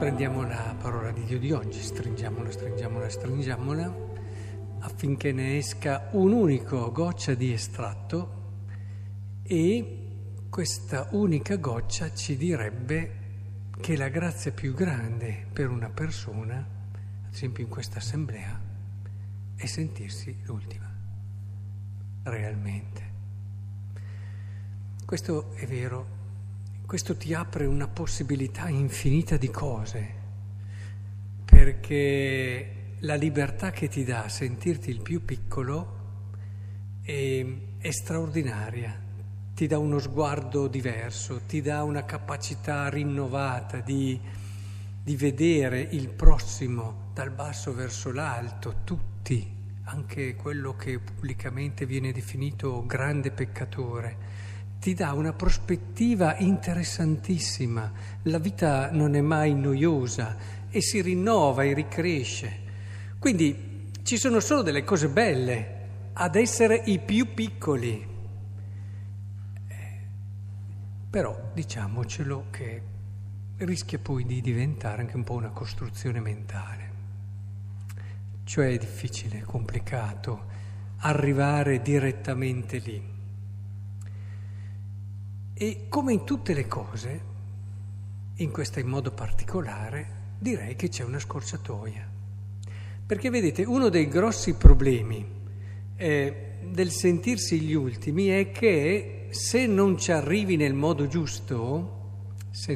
Prendiamo la parola di Dio di oggi, stringiamola affinché ne esca un'unica goccia di estratto e questa unica goccia ci direbbe che la grazia più grande per una persona, ad esempio in questa assemblea, è sentirsi l'ultima, realmente. Questo è vero. Questo ti apre una possibilità infinita di cose, perché la libertà che ti dà sentirti il più piccolo è straordinaria, ti dà uno sguardo diverso, ti dà una capacità rinnovata di vedere il prossimo dal basso verso l'alto, tutti, anche quello che pubblicamente viene definito grande peccatore. Ti dà una prospettiva interessantissima, la vita non è mai noiosa e si rinnova e ricresce. Quindi ci sono solo delle cose belle ad essere i più piccoli. Però diciamocelo che rischia poi di diventare anche un po' una costruzione mentale. Cioè è difficile, è complicato arrivare direttamente lì. E come in tutte le cose, in questa in modo particolare, direi che c'è una scorciatoia. Perché vedete, uno dei grossi problemi del sentirsi gli ultimi è che se non ci arrivi nel modo giusto,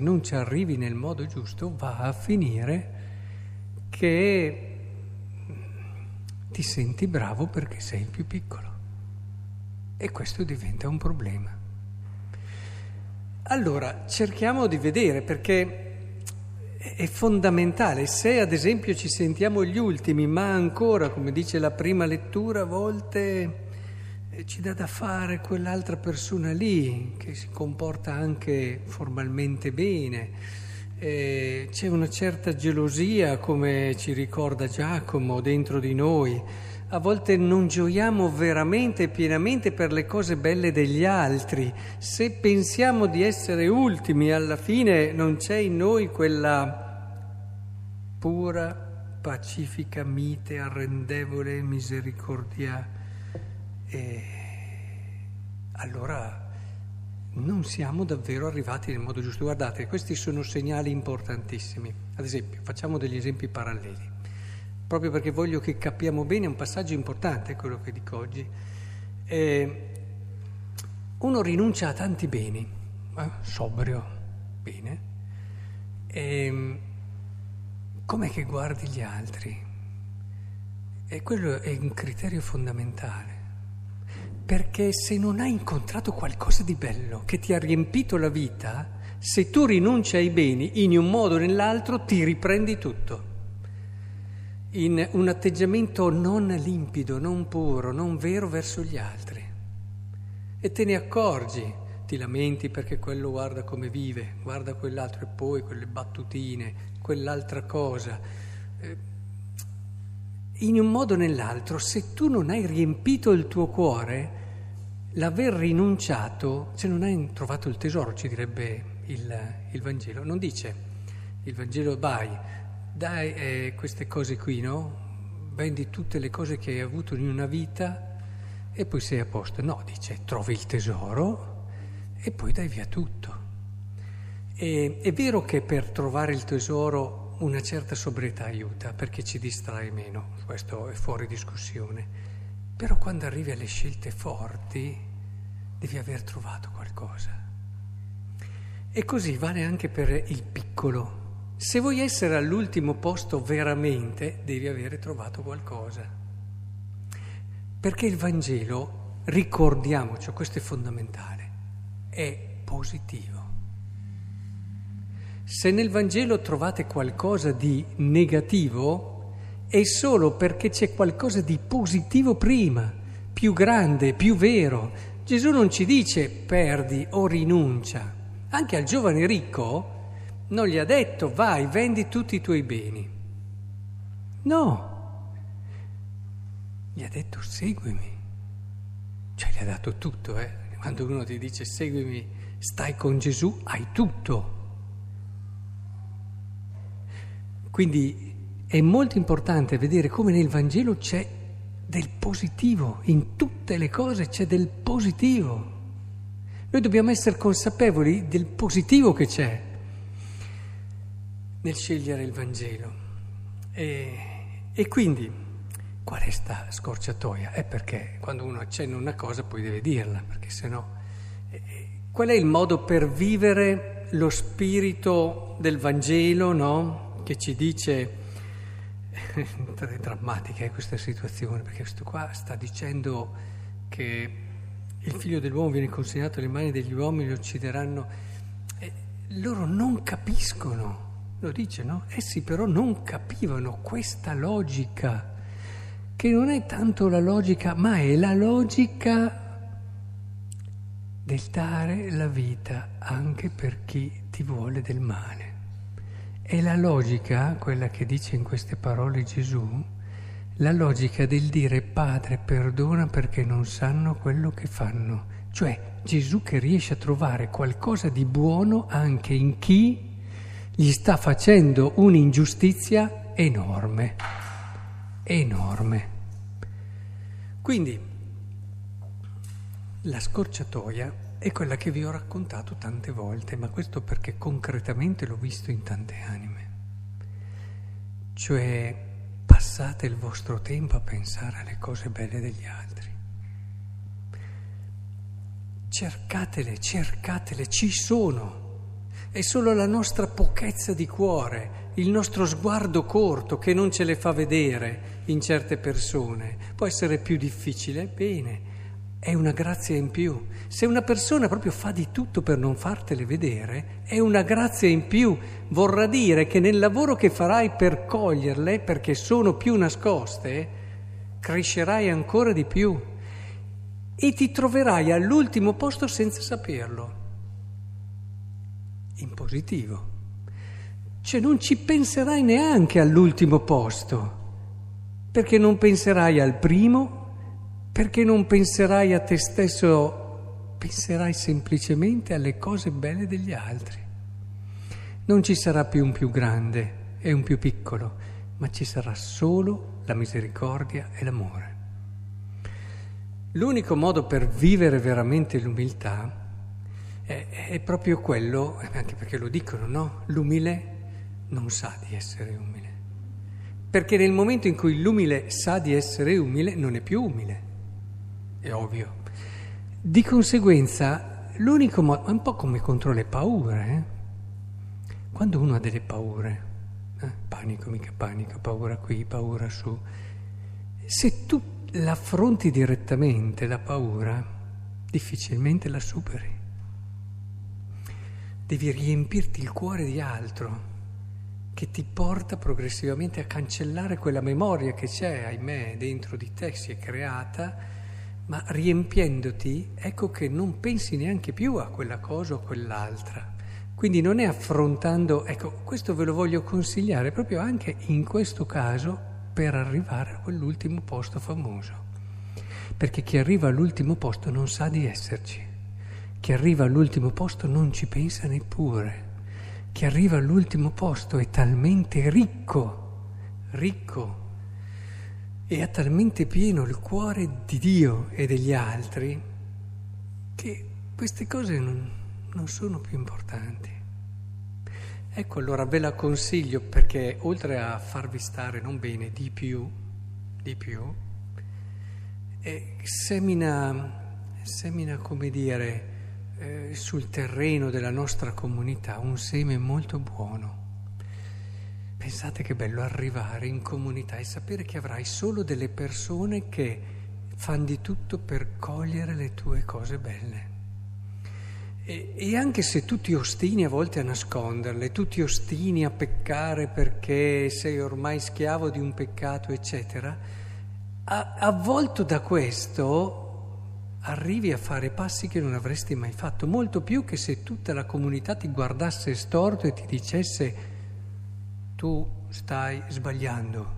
va a finire che ti senti bravo perché sei il più piccolo. E questo diventa un problema. Allora, cerchiamo di vedere, perché è fondamentale. Se ad esempio ci sentiamo gli ultimi, ma ancora, come dice la prima lettura, a volte ci dà da fare quell'altra persona lì, che si comporta anche formalmente bene, c'è una certa gelosia, come ci ricorda Giacomo, dentro di noi. A volte non gioiamo veramente e pienamente per le cose belle degli altri. Se pensiamo di essere ultimi, alla fine non c'è in noi quella pura, pacifica, mite, arrendevole misericordia. E allora non siamo davvero arrivati nel modo giusto. Guardate, questi sono segnali importantissimi. Ad esempio, facciamo degli esempi paralleli. Proprio perché voglio che capiamo bene un passaggio importante, quello che dico oggi. Uno rinuncia a tanti beni, sobrio, bene, com'è che guardi gli altri? E quello è un criterio fondamentale, perché se non hai incontrato qualcosa di bello che ti ha riempito la vita, se tu rinunci ai beni, in un modo o nell'altro ti riprendi tutto. In un atteggiamento non limpido, non puro, non vero verso gli altri. E te ne accorgi, ti lamenti perché quello guarda come vive, guarda quell'altro e poi quelle battutine, quell'altra cosa. In un modo o nell'altro, se tu non hai riempito il tuo cuore, l'aver rinunciato, se non hai trovato il tesoro, ci direbbe il Vangelo. Non dice il Vangelo, dai queste cose qui, no? Vendi tutte le cose che hai avuto in una vita e poi sei a posto. No, dice, trovi il tesoro e poi dai via tutto. E è vero che per trovare il tesoro una certa sobrietà aiuta, perché ci distrae meno, questo è fuori discussione. Però quando arrivi alle scelte forti devi aver trovato qualcosa. E così vale anche per il piccolo. Se vuoi essere all'ultimo posto veramente, devi avere trovato qualcosa. Perché il Vangelo, ricordiamoci, questo è fondamentale, è positivo. Se nel Vangelo trovate qualcosa di negativo, è solo perché c'è qualcosa di positivo prima, più grande, più vero. Gesù non ci dice perdi o rinuncia. Anche al giovane ricco non gli ha detto vai, vendi tutti i tuoi beni. No, gli ha detto seguimi. Cioè gli ha dato tutto, Quando uno ti dice seguimi, stai con Gesù, hai tutto. Quindi è molto importante vedere come nel Vangelo c'è del positivo, in tutte le cose c'è del positivo. Noi dobbiamo essere consapevoli del positivo che c'è nel scegliere il Vangelo. E quindi, qual è sta scorciatoia? È perché quando uno accenna una cosa poi deve dirla, perché sennò... Qual è il modo per vivere lo spirito del Vangelo, no? Che ci dice... È drammatica questa situazione, perché questo qua sta dicendo che il figlio dell'uomo viene consegnato alle mani degli uomini, lo uccideranno. Loro non capiscono, lo dice, no? Essi però non capivano questa logica, che non è tanto la logica, ma è la logica del dare la vita anche per chi ti vuole del male. È la logica, quella che dice in queste parole Gesù, la logica del dire Padre perdona perché non sanno quello che fanno. Cioè Gesù che riesce a trovare qualcosa di buono anche in chi gli sta facendo un'ingiustizia enorme, enorme. Quindi la scorciatoia è quella che vi ho raccontato tante volte, ma questo perché concretamente l'ho visto in tante anime. Cioè, passate il vostro tempo a pensare alle cose belle degli altri. Cercatele, ci sono. È solo la nostra pochezza di cuore, il nostro sguardo corto che non ce le fa vedere in certe persone. Può essere più difficile, bene. È una grazia in più. Se una persona proprio fa di tutto per non fartele vedere, è una grazia in più. Vorrà dire che nel lavoro che farai per coglierle, perché sono più nascoste, crescerai ancora di più e ti troverai all'ultimo posto senza saperlo. In positivo. Cioè non ci penserai neanche all'ultimo posto, perché non penserai al primo, perché non penserai a te stesso, penserai semplicemente alle cose belle degli altri. Non ci sarà più un più grande e un più piccolo, ma ci sarà solo la misericordia e l'amore. L'unico modo per vivere veramente l'umiltà è proprio quello, anche perché lo dicono, no? L'umile non sa di essere umile. Perché nel momento in cui l'umile sa di essere umile, non è più umile. È ovvio. Di conseguenza, l'unico modo, è un po' come contro le paure, Quando uno ha delle paure, panico, mica panico, paura qui, paura su, se tu l'affronti direttamente la paura, difficilmente la superi. Devi riempirti il cuore di altro, che ti porta progressivamente a cancellare quella memoria che c'è, ahimè, dentro di te, si è creata, ma riempiendoti, ecco che non pensi neanche più a quella cosa o quell'altra. Quindi non è affrontando, ecco, questo ve lo voglio consigliare proprio anche in questo caso per arrivare a quell'ultimo posto famoso. Perché chi arriva all'ultimo posto non sa di esserci. Chi arriva all'ultimo posto non ci pensa neppure. Chi arriva all'ultimo posto è talmente ricco e ha talmente pieno il cuore di Dio e degli altri che queste cose non sono più importanti. Ecco, allora ve la consiglio perché oltre a farvi stare non bene di più, semina, come dire, sul terreno della nostra comunità un seme molto buono. Pensate che bello arrivare in comunità e sapere che avrai solo delle persone che fanno di tutto per cogliere le tue cose belle. E anche se tu ti ostini a volte a nasconderle, tu ti ostini a peccare perché sei ormai schiavo di un peccato, eccetera, avvolto da questo arrivi a fare passi che non avresti mai fatto, molto più che se tutta la comunità ti guardasse storto e ti dicesse tu stai sbagliando.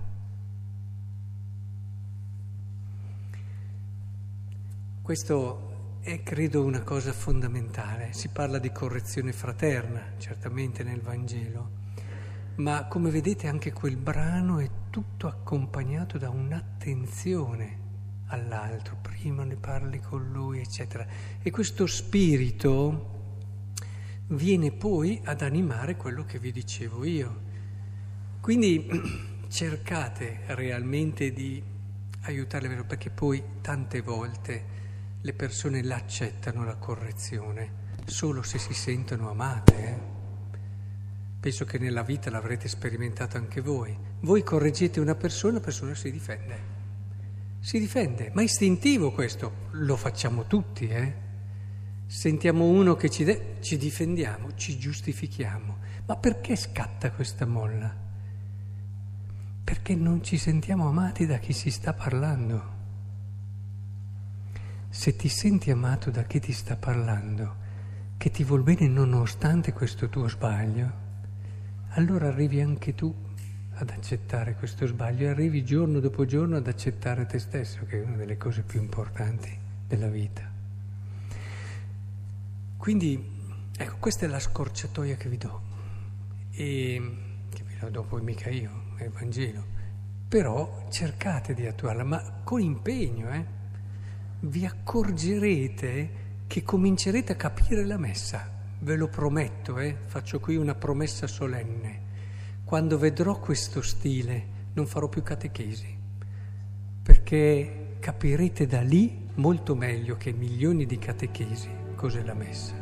Questo è, credo, una cosa fondamentale. Si parla di correzione fraterna, certamente nel Vangelo, ma come vedete anche quel brano è tutto accompagnato da un'attenzione all'altro, prima ne parli con lui, eccetera. E questo spirito viene poi ad animare quello che vi dicevo io. Quindi cercate realmente di aiutarle, perché poi tante volte le persone l'accettano la correzione solo se si sentono amate. Penso che nella vita l'avrete sperimentato anche voi. Voi correggete una persona, la persona si difende. Si difende, ma è istintivo questo, lo facciamo tutti, Sentiamo uno che ci difendiamo, ci giustifichiamo. Ma perché scatta questa molla? Perché non ci sentiamo amati da chi si sta parlando. Se ti senti amato da chi ti sta parlando, che ti vuol bene nonostante questo tuo sbaglio, allora arrivi anche tu ad accettare questo sbaglio e arrivi giorno dopo giorno ad accettare te stesso, che è una delle cose più importanti della vita. Quindi, ecco, questa è la scorciatoia che vi do, e che vi do poi mica io, è il Vangelo, però cercate di attuarla, ma con impegno, Vi accorgerete che comincerete a capire la messa, ve lo prometto, faccio qui una promessa solenne. Quando vedrò questo stile non farò più catechesi, perché capirete da lì molto meglio che milioni di catechesi cos'è la messa.